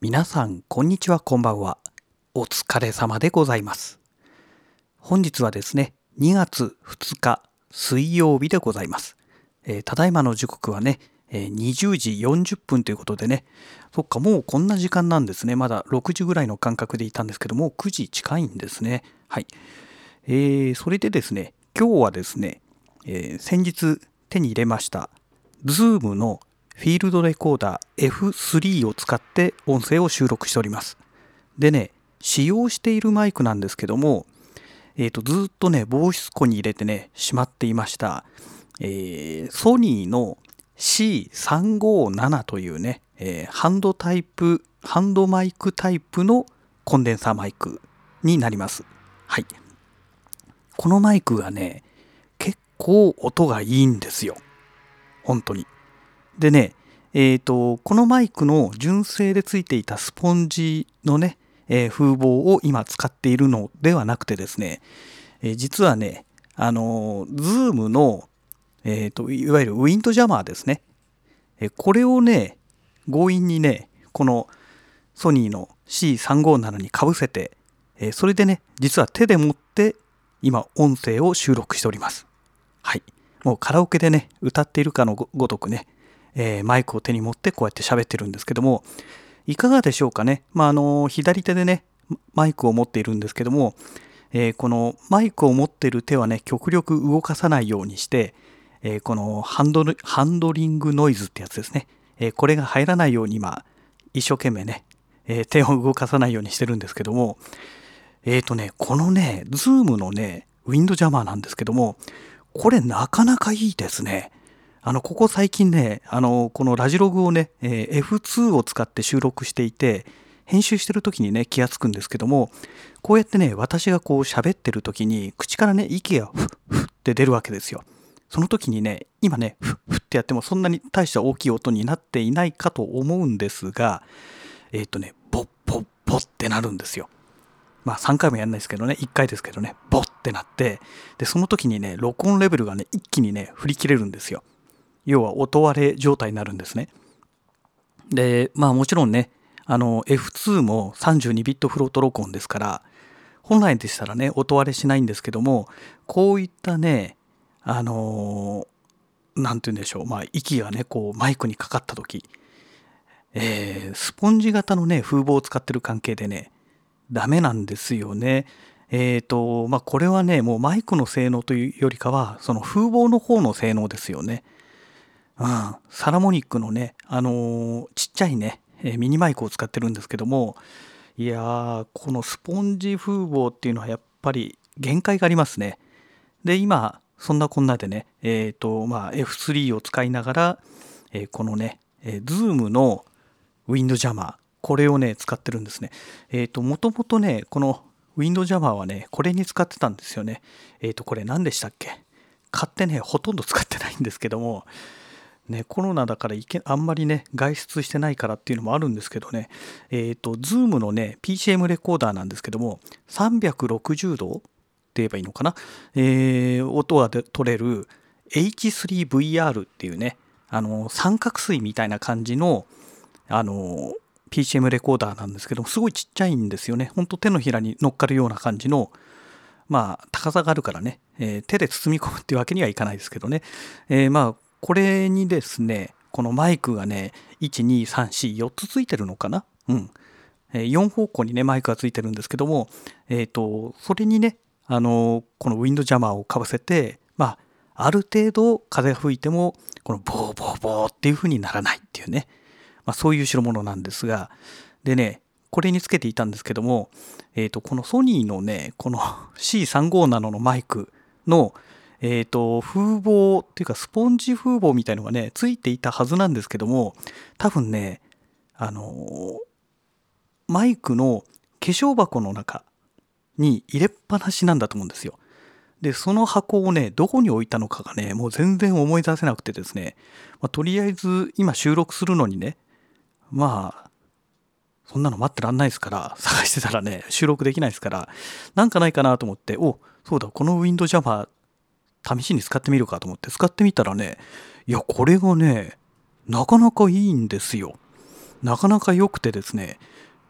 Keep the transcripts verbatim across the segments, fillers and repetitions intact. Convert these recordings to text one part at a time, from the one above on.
皆さんこんにちは、こんばんは。お疲れ様でございます。本日はですねにがつふつか水曜日でございます。えーただいまの時刻はね、えーにじゅうじよんじゅっぷんということでね、そっか、もうこんな時間なんですね。まだろくじぐらいの感覚でいたんですけども、くじ近いんですね。はい。えーそれでですね、今日はですね、えー先日手に入れました Zoom のフィールドレコーダー エフスリー を使って音声を収録しております。でね、使用しているマイクなんですけども、えー、とずっとね防湿庫に入れてねしまっていました、えーソニーの シーさんごーなな というね、えーハンドタイプハンドマイクタイプのコンデンサーマイクになります。はい。このマイクがね結構音がいいんですよ、本当に。でね、えーと、このマイクの純正でついていたスポンジのね、えー風防を今使っているのではなくてですね、えー実はね、あのー、Zoom の、えーと、いわゆるウィンドジャマーですね。えーこれをね、強引にね、このソニーの シーさんごーなな にかぶせて、えーそれでね、実は手で持って今音声を収録しております。はい。もうカラオケでね、歌っているかのごごとくね、えーマイクを手に持ってこうやって喋ってるんですけども、いかがでしょうかね。まあ、あの左手でねマイクを持っているんですけども、えーこのマイクを持っている手はね極力動かさないようにして、えーこのハンドルハンドリングノイズってやつですね、えーこれが入らないように今一生懸命ね、えー手を動かさないようにしてるんですけども、えーとねこのね Zoom のねウィンドジャマーなんですけども、これなかなかいいですね。あの、ここ最近ね、あの、このラジログをね、えー エフツー を使って収録していて、編集してる時にね、気がつくんですけども、こうやってね、私がこう喋ってる時に、口からね、息がフッフッって出るわけですよ。その時にね、今ね、フッフッってやってもそんなに大した大きい音になっていないかと思うんですが、えっとね、ボッボッボッってなるんですよ。まあさんかいもやんないですけどね、いっかいですけどね、ボッってなって、で、その時にね、録音レベルがね、一気にね、振り切れるんですよ。要は音割れ状態になるんですね。で、まあもちろんね、あの エフツー もさんじゅうにビットフロート録音ですから、本来でしたらね、音割れしないんですけども、こういったね、あのーなんて言うんでしょう、まあ息がね、こうマイクにかかった時、えースポンジ型のね、風防を使ってる関係でね、ダメなんですよね。えっ、と、まあこれはね、もうマイクの性能というよりかは、その風防の方の性能ですよね。うん、サラモニックのね、あのーちっちゃいね、えーミニマイクを使ってるんですけども、いやー、このスポンジ風防っていうのはやっぱり限界がありますね。で、今、そんなこんなでね、えっ、と、まあ、エフスリー を使いながら、えーこのね、えー、Zoom のウィンドジャマー、これをね、使ってるんですね。えっ、と、もともとね、このウィンドジャマーはね、これに使ってたんですよね。えっ、と、これ何でしたっけ？買ってね、ほとんど使ってないんですけども、ね、コロナだからいけあんまりね外出してないからっていうのもあるんですけどね、えっ、と Zoom のね ピーシーエム レコーダーなんですけども、さんびゃくろくじゅうどって言えばいいのかな、えー音がで取れる エイチスリーブイアール っていうね、あの三角錐みたいな感じのあの ピーシーエム レコーダーなんですけども、すごいちっちゃいんですよね。ほんと手のひらに乗っかるような感じの、まあ高さがあるからね、えー手で包み込むっていうわけにはいかないですけどね、えーまあこれにですね、このマイクがね、いち、に、さん、よん、よっつついてるのかな、うん。えーよん方向にね、マイクがついてるんですけども、えっ、と、それにね、あのーこのウィンドジャマーをかぶせて、まあ、ある程度風が吹いても、このボーボーボーっていう風にならないっていうね、まあ、そういう代物なんですが、でね、これにつけていたんですけども、えっ、と、このソニーのね、この シーさんごーなな のマイクの、えっ、と、風防っていうかスポンジ風防みたいのがね、ついていたはずなんですけども、多分ね、あのマイクの化粧箱の中に入れっぱなしなんだと思うんですよ。で、その箱をね、どこに置いたのかがね、もう全然思い出せなくてですね、まあ、とりあえず今収録するのにね、まあ、そんなの待ってらんないですから、探してたらね、収録できないですから、なんかないかなと思って、お、そうだ、このウィンドジャマー、試しに使ってみるかと思って使ってみたらね、いや、これがね、なかなかいいんですよ。なかなか良くてですね。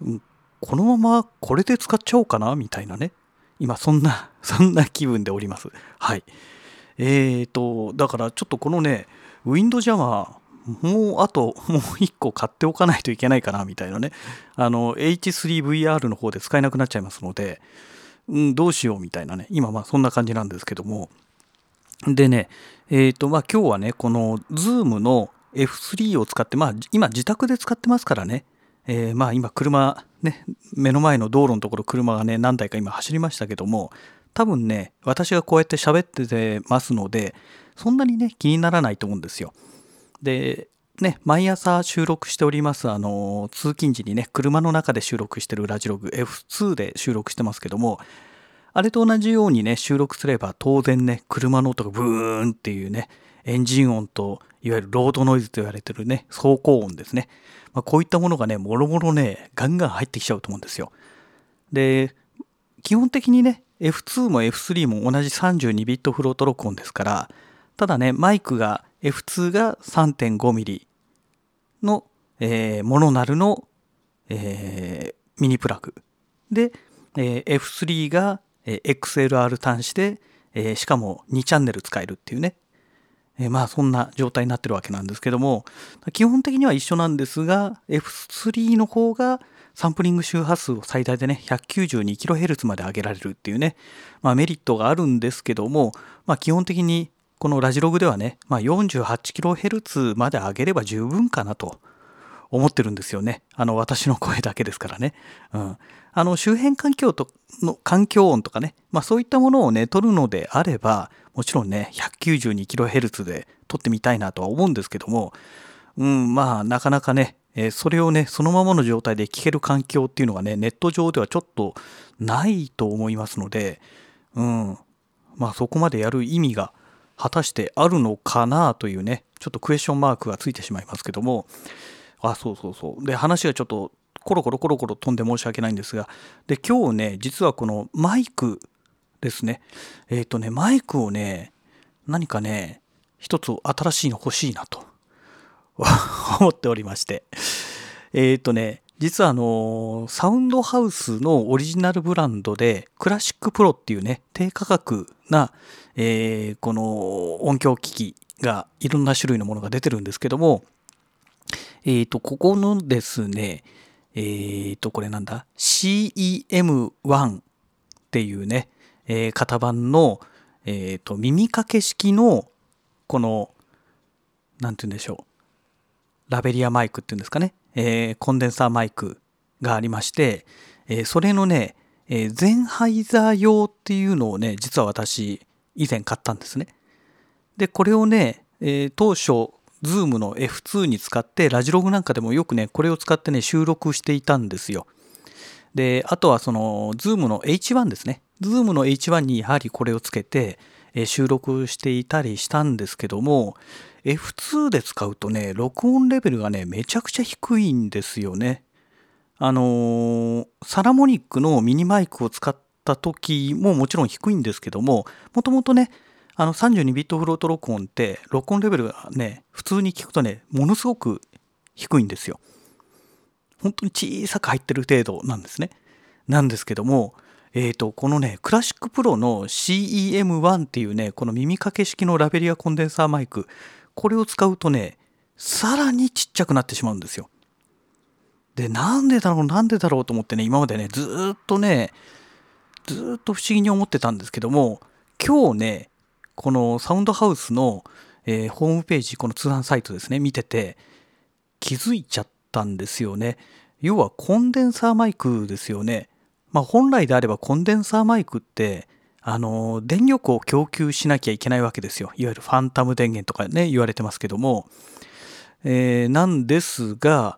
うん、このままこれで使っちゃおうかなみたいなね、今そんなそんな気分でおります。はい。えーとだからちょっとこのねウィンドジャマーもうあともういっこ買っておかないといけないかなみたいなね、あの エイチスリーブイアール の方で使えなくなっちゃいますので、うん、どうしようみたいなね、今まあそんな感じなんですけども、でね、えーとまあ今日はねこの Zoom の エフスリー を使って、まあ今自宅で使ってますからね、えーまあ今車ね、目の前の道路のところ車がね何台か今走りましたけども、多分ね私がこうやって喋っててますのでそんなにね気にならないと思うんですよ。でね、毎朝収録しておりますあの通勤時にね車の中で収録してるラジログ エフツー で収録してますけども、あれと同じようにね収録すれば当然ね車の音がブーンっていうね、エンジン音といわゆるロードノイズと言われてるね走行音ですね、まあ、こういったものがねもろもろねガンガン入ってきちゃうと思うんですよ。で基本的にね エフツー も エフスリー も同じ さんじゅうにビット フロート録音ですから、ただねマイクが エフツー が さんてんごミリ の、えー、モノナルの、えー、ミニプラグで、えー、エフスリー が、えー、エックスエルアール 端子で、えー、しかもにチャンネル使えるっていうね、えー、まあそんな状態になってるわけなんですけども、基本的には一緒なんですが エフスリー の方がサンプリング周波数を最大でね ひゃくきゅうじゅうにキロヘルツ まで上げられるっていうね、まあ、メリットがあるんですけども、まあ、基本的にこのラジログではね、まあ、よんじゅうはちキロヘルツ まで上げれば十分かなと思ってるんですよね。あの私の声だけですからね。うん、あの周辺環境との環境音とかね、まあ、そういったものをね取るのであればもちろんね ひゃくきゅうじゅうにキロヘルツ で撮ってみたいなとは思うんですけども、うん、まあなかなかね、えーそれをねそのままの状態で聞ける環境っていうのがねネット上ではちょっとないと思いますので、うん、まあそこまでやる意味が果たしてあるのかなというねちょっとクエスチョンマークがついてしまいますけども、あそうそうそうで話がちょっとコロコロコロコロ飛んで申し訳ないんですが、で今日ね実はこのマイクですね、えっ、とねマイクをね何かね一つ新しいの欲しいなと思っておりまして、えっ、とね実はあのサウンドハウスのオリジナルブランドでクラシックプロっていうね低価格な、えーこの音響機器がいろんな種類のものが出てるんですけども、えっ、とここのですねえっ、とこれなんだ シーイーエムワン っていうね、えー型番の、えーと耳掛け式のこのなんて言うんでしょう、ラベリアマイクっていうんですかね、えーコンデンサーマイクがありまして、えーそれのね、えーゼンハイザー用っていうのをね実は私以前買ったんですね。でこれをね、えー当初 Zoom の エフツー に使ってラジログなんかでもよくねこれを使ってね収録していたんですよ。であとはその Zoom の エイチワン ですね、 Zoom の エイチワン にやはりこれをつけて、えー収録していたりしたんですけども、 エフツー で使うとね録音レベルがねめちゃくちゃ低いんですよね。あのーサラモニックのミニマイクを使った時ももちろん低いんですけども、もともとねあの さんじゅうにビット フロート録音って録音レベルがね普通に聞くとねものすごく低いんですよ。本当に小さく入ってる程度なんですね。なんですけども、えーとこのねクラシックプロの シーイーエムワン っていうねこの耳掛け式のラベリアコンデンサーマイク、これを使うとねさらにちっちゃくなってしまうんですよ。でなんでだろうなんでだろうと思ってね今までねずーっとねずーっと不思議に思ってたんですけども、今日ねこのサウンドハウスの、えーホームページ、この通販サイトですね見てて気づいちゃったんですよね。要はコンデンサーマイクですよね。まあ本来であればコンデンサーマイクってあの電力を供給しなきゃいけないわけですよ。いわゆるファンタム電源とかね言われてますけども、えーなんですが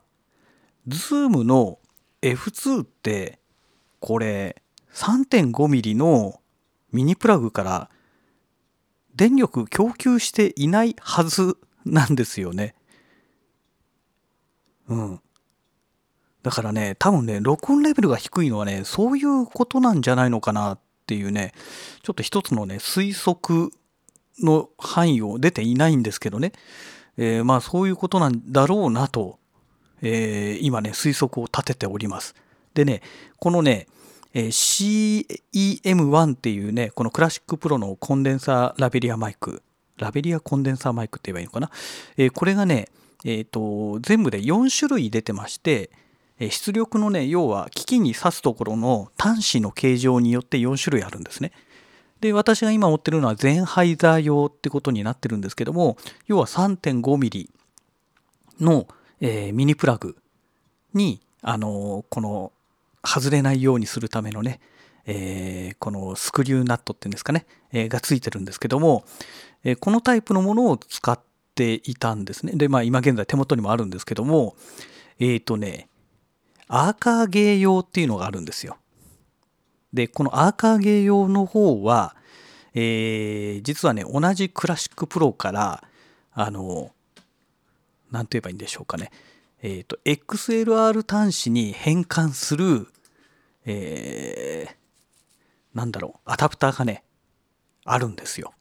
Zoom の エフツー ってこれ さんてんごミリ のミニプラグから電力供給していないはずなんですよね。うん。だからね、多分ね、録音レベルが低いのはね、そういうことなんじゃないのかなっていうね、ちょっと一つのね、推測の範囲を出ていないんですけどね、えーまあそういうことなんだろうなと、えー今ね、推測を立てております。 でね、このね、えー シーイーエムワン っていうね、このクラシックプロのコンデンサーラベリアマイク、ラベリアコンデンサーマイクって言えばいいのかな。えーこれがね、えーと、全部でよん種類出てまして、えー出力のね、要は機器に挿すところの端子の形状によってよん種類あるんですね。で、私が今持ってるのはゼンハイザー用ってことになってるんですけども、要は さんてんごミリ の、えーミニプラグに、あのーこの外れないようにするためのね、えーこのスクリューナットっていうんですかね、えーがついてるんですけども、えーこのタイプのものを使っていたんですね。で、まあ今現在手元にもあるんですけども、えっとね、アーカーゲー用っていうのがあるんですよ。で、このアーカーゲー用の方は、えー実はね、同じクラシックプロから、あの、なんて言えばいいんでしょうかね。えっと、エックスエルアール 端子に変換する、えーなんだろう、アダプターがね、あるんですよ。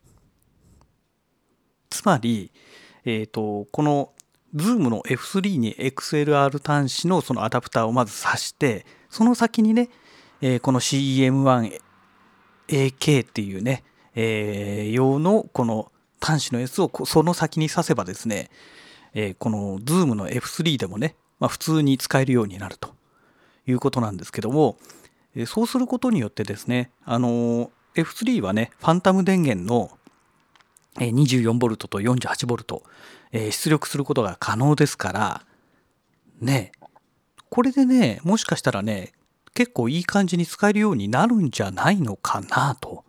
つまり、えっと、この Zoom の エフスリー に エックスエルアール 端子のそのアダプターをまず挿して、その先にね、えーこの シーイーエムワンエーケー っていうね、えー用のこの端子のやつをこその先に挿せばですね、えーこの Zoom の エフスリー でもね、まあ、普通に使えるようになるということなんですけども、えーそうすることによってですね、あのー エフスリー はね、ファンタム電源のえー にじゅうよんボルト と よんじゅうはちボルト、えー出力することが可能ですから、ね、これでね、もしかしたらね、結構いい感じに使えるようになるんじゃないのかなと、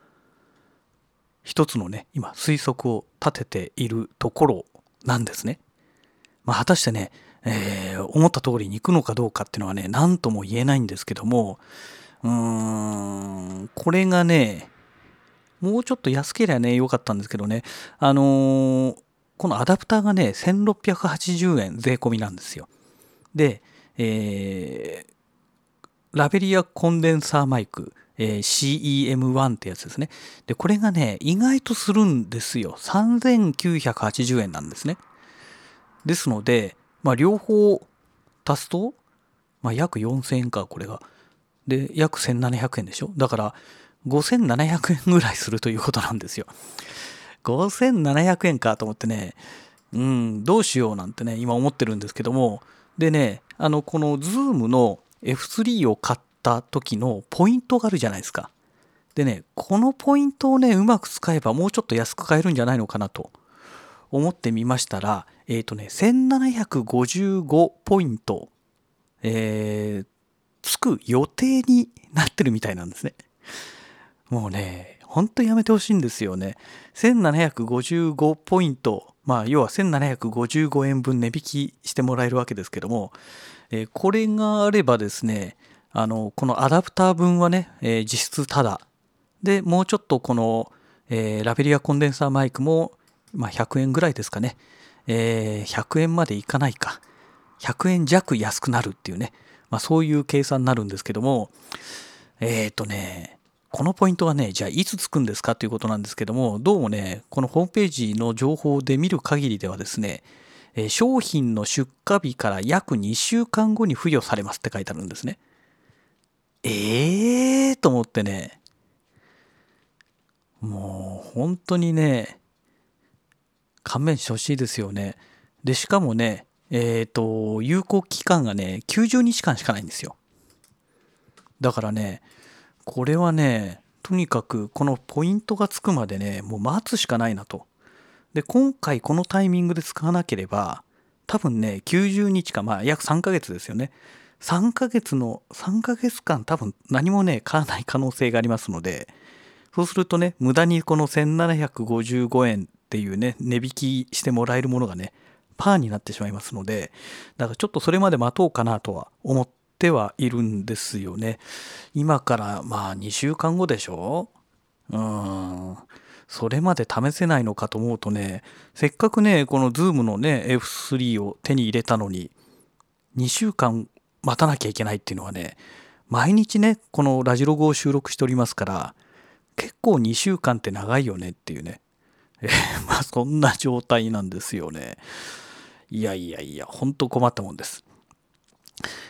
一つのね、今推測を立てているところなんですね。まあ、果たしてね、えー思った通りにいくのかどうかっていうのはね、何とも言えないんですけども、うーん、これがね、もうちょっと安ければね、良かったんですけどね、あのーこのアダプターがね、せんろっぴゃくはちじゅうえん税込みなんですよ。で、えーラベリアコンデンサーマイク、えー シーイーエムワン ってやつですね。で、これがね、意外とするんですよ。さんぜんきゅうひゃくはちじゅうえんなんですね。ですので、まあ、両方足すと、まあ、約よんせんえんか、これが。で、約せんななひゃくえんでしょ。だから、ごせんななひゃくえんぐらいするということなんですよ。ごせんななひゃくえんかと思ってね、うん、どうしようなんてね、今思ってるんですけども、でね、あの、この Zoom の エフスリー を買った時のポイントがあるじゃないですか。でね、このポイントをね、うまく使えばもうちょっと安く買えるんじゃないのかなと思ってみましたら、えっとね、せんななひゃくごじゅうごポイント、えーつく予定になってるみたいなんですね。もうね、ほんとやめてほしいんですよね。せんななひゃくごじゅうごポイント、まあ要はせんななひゃくごじゅうごえんぶん値引きしてもらえるわけですけども、えーこれがあればですね、あの、このアダプター分はね、えー実質タダ。で、もうちょっとこの、えーラベリアコンデンサーマイクも、まあひゃくえんぐらいですかね。えーひゃくえんまでいかないか。ひゃくえん弱安くなるっていうね。まあそういう計算になるんですけども、えっとね、このポイントはね、じゃあいつつくんですかということなんですけども、どうもね、このホームページの情報で見る限りではですね、えー商品の出荷日から約にしゅうかんごに付与されますって書いてあるんですね。えーと思ってね、もう本当にね、勘弁してほしいですよね。で、しかもね、えっと、有効期間がね、きゅうじゅうにちかんしかないんですよ。だからね、これはね、とにかくこのポイントがつくまでね、もう待つしかないなと。で、今回このタイミングで使わなければ、多分ね、きゅうじゅうにちか、まあ約さんかげつですよね。さんかげつの、さんかげつかん多分何もね、買わない可能性がありますので、そうするとね、無駄にこのせんななひゃくごじゅうごえんっていうね、値引きしてもらえるものがね、パーになってしまいますので、だからちょっとそれまで待とうかなとは思ってはいるんですよね。今からまあにしゅうかんごでしょ。うーん。それまで試せないのかと思うとね、せっかくね、この Zoom のね、エフスリー を手に入れたのに、にしゅうかん待たなきゃいけないっていうのはね、毎日ね、このラジログを収録しておりますから、結構にしゅうかんって長いよねっていうね。えーまあそんな状態なんですよね。いやいやいや、ほんと困ったもんです。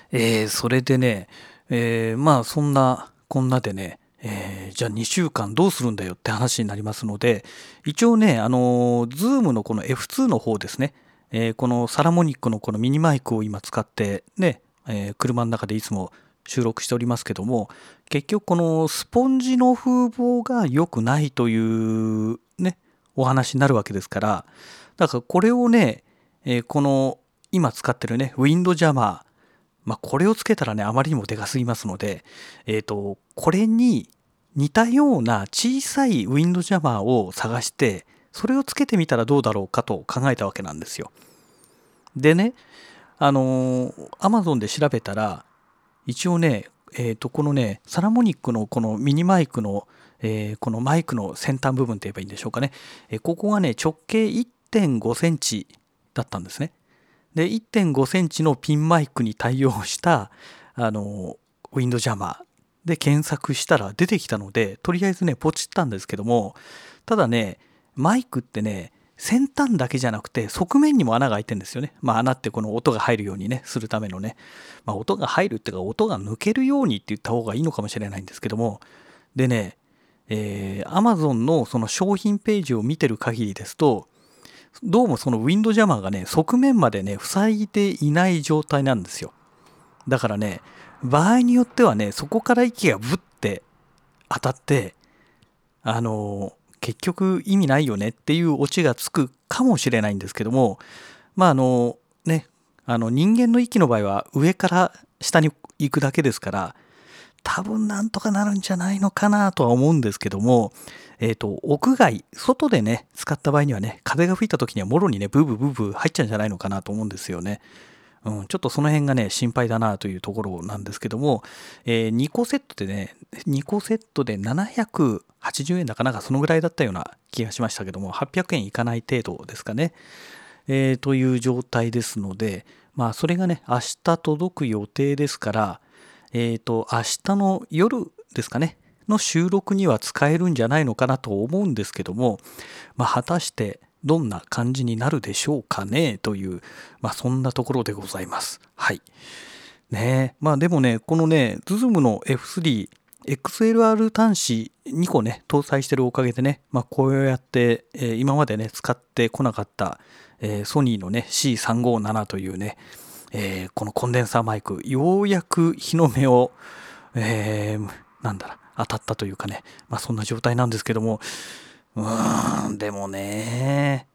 えーそれでね、えーまあそんなこんなでね、えーじゃあにしゅうかんどうするんだよって話になりますので、一応ね、あのー、Zoom のこの エフツー の方ですね、えーこのサラモニックのこのミニマイクを今使ってね、えー車の中でいつも収録しておりますけども、結局このスポンジの風防が良くないというね、お話になるわけですから、だからこれをね、えーこの今使ってるね、ウィンドジャマー、まあ、これをつけたらね、あまりにもでかすぎますので、えっと、これに似たような小さいウィンドジャマーを探して、それをつけてみたらどうだろうかと考えたわけなんですよ。でね、あのー、Amazon で調べたら、一応ね、えっと、このね、サラモニックのこのミニマイクの、えーこのマイクの先端部分って言えばいいんでしょうかね。えーここがね、直径いってんごセンチだったんですね。で、いってんごセンチのピンマイクに対応した、あの、ウィンドジャマーで検索したら出てきたので、とりあえずね、ポチったんですけども、ただね、マイクってね、先端だけじゃなくて側面にも穴が開いてるんですよね。まあ穴ってこの音が入るようにね、するためのね。まあ音が入るっていうか音が抜けるようにって言った方がいいのかもしれないんですけども。でね、えー、Amazon のその商品ページを見てる限りですと、どうもそのウィンドジャマーがね、側面までね、塞いでいない状態なんですよ。だからね、場合によってはね、そこから息がブッて当たって、あの、結局意味ないよねっていうオチがつくかもしれないんですけども、まああの、ね、あの人間の息の場合は上から下に行くだけですから、多分なんとかなるんじゃないのかなとは思うんですけども、えっと、屋外、外でね、使った場合にはね、風が吹いた時にはもろにね、ブーブーブーブー入っちゃうんじゃないのかなと思うんですよね。うん、ちょっとその辺がね、心配だなというところなんですけども、えーにこセットでね、にこセットでななひゃくはちじゅうえんだかなんかそのぐらいだったような気がしましたけども、はっぴゃくえんいかない程度ですかね。えーという状態ですので、まあそれがね、明日届く予定ですから、えっと、明日の夜ですかね、の収録には使えるんじゃないのかなと思うんですけども、まあ果たしてどんな感じになるでしょうかねという、まあそんなところでございます。はい。ねえ、まあでもね、このね、ズームの エフスリー、エックスエルアール 端子にこね、搭載してるおかげでね、まあこうやって、えー今までね、使ってこなかった、えーソニーのね、シーさんごーなな というね、えーこのコンデンサーマイク、ようやく日の目を、えーなんだろう、当たったというかね、まあそんな状態なんですけども、うーん、でもね、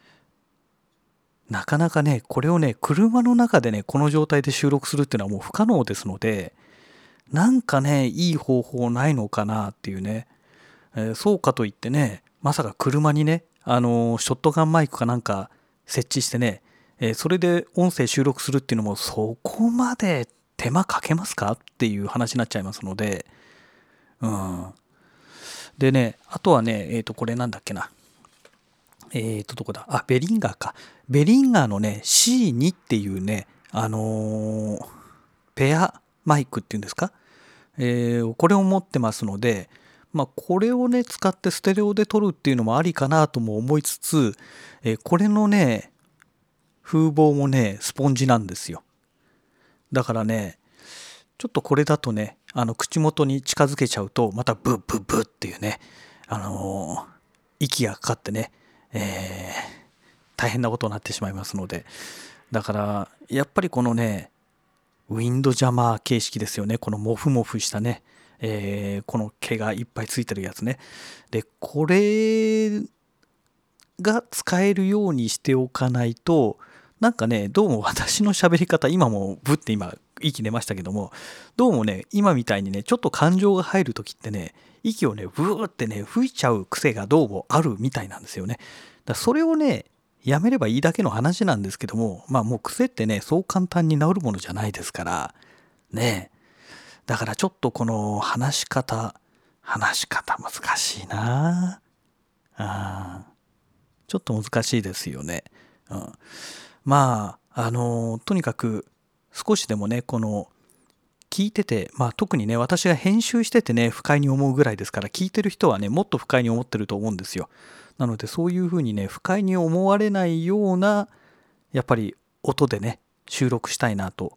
なかなかね、これをね、車の中でね、この状態で収録するっていうのはもう不可能ですので、なんかね、いい方法ないのかなっていうね、えーそうかといってね、まさか車にね、あのーショットガンマイクかなんか設置してね、えーそれで音声収録するっていうのもそこまで手間かけますかっていう話になっちゃいますので、うん。でね、あとはね、えっと、これなんだっけな。えっと、どこだあ、ベリンガーか。ベリンガーのね、シーツー っていうね、あのーペアマイクっていうんですか、えーこれを持ってますので、まあ、これをね、使ってステレオで撮るっていうのもありかなとも思いつつ、えーこれのね、風防もね、スポンジなんですよ。だからね、ちょっとこれだとね、あの、口元に近づけちゃうと、またブッブッブッっていうね、あのー息がかかってね、えー大変なことになってしまいますので、だから、やっぱりこのね、ウィンドジャマー形式ですよね。このモフモフしたね、えーこの毛がいっぱいついてるやつね。で、これが使えるようにしておかないと、なんかね、どうも私の喋り方、今もブって今、息出ましたけども、どうもね、今みたいにね、ちょっと感情が入るときってね、息をね、ブーってね、吹いちゃう癖がどうもあるみたいなんですよね。だからそれをね、やめればいいだけの話なんですけども、まあもう癖ってね、そう簡単に治るものじゃないですから、ねえ。だからちょっとこの話し方、話し方難しいなあーちょっと難しいですよね。うん、まあ、あのとにかく少しでもね、この聞いてて、まあ特にね、私が編集しててね、不快に思うぐらいですから、聞いてる人はね、もっと不快に思ってると思うんですよ。なので、そういうふうにね、不快に思われないような、やっぱり音でね、収録したいなと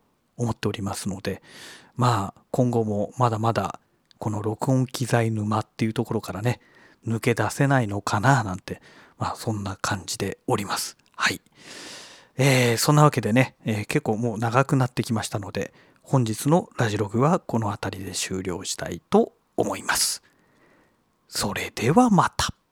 思っておりますので、まあ今後もまだまだこの録音機材沼っていうところからね抜け出せないのかななんて、まあそんな感じでおります。はい。えー、そんなわけでね、えー結構もう長くなってきましたので、本日のラジログはこの辺りで終了したいと思います。それではまた。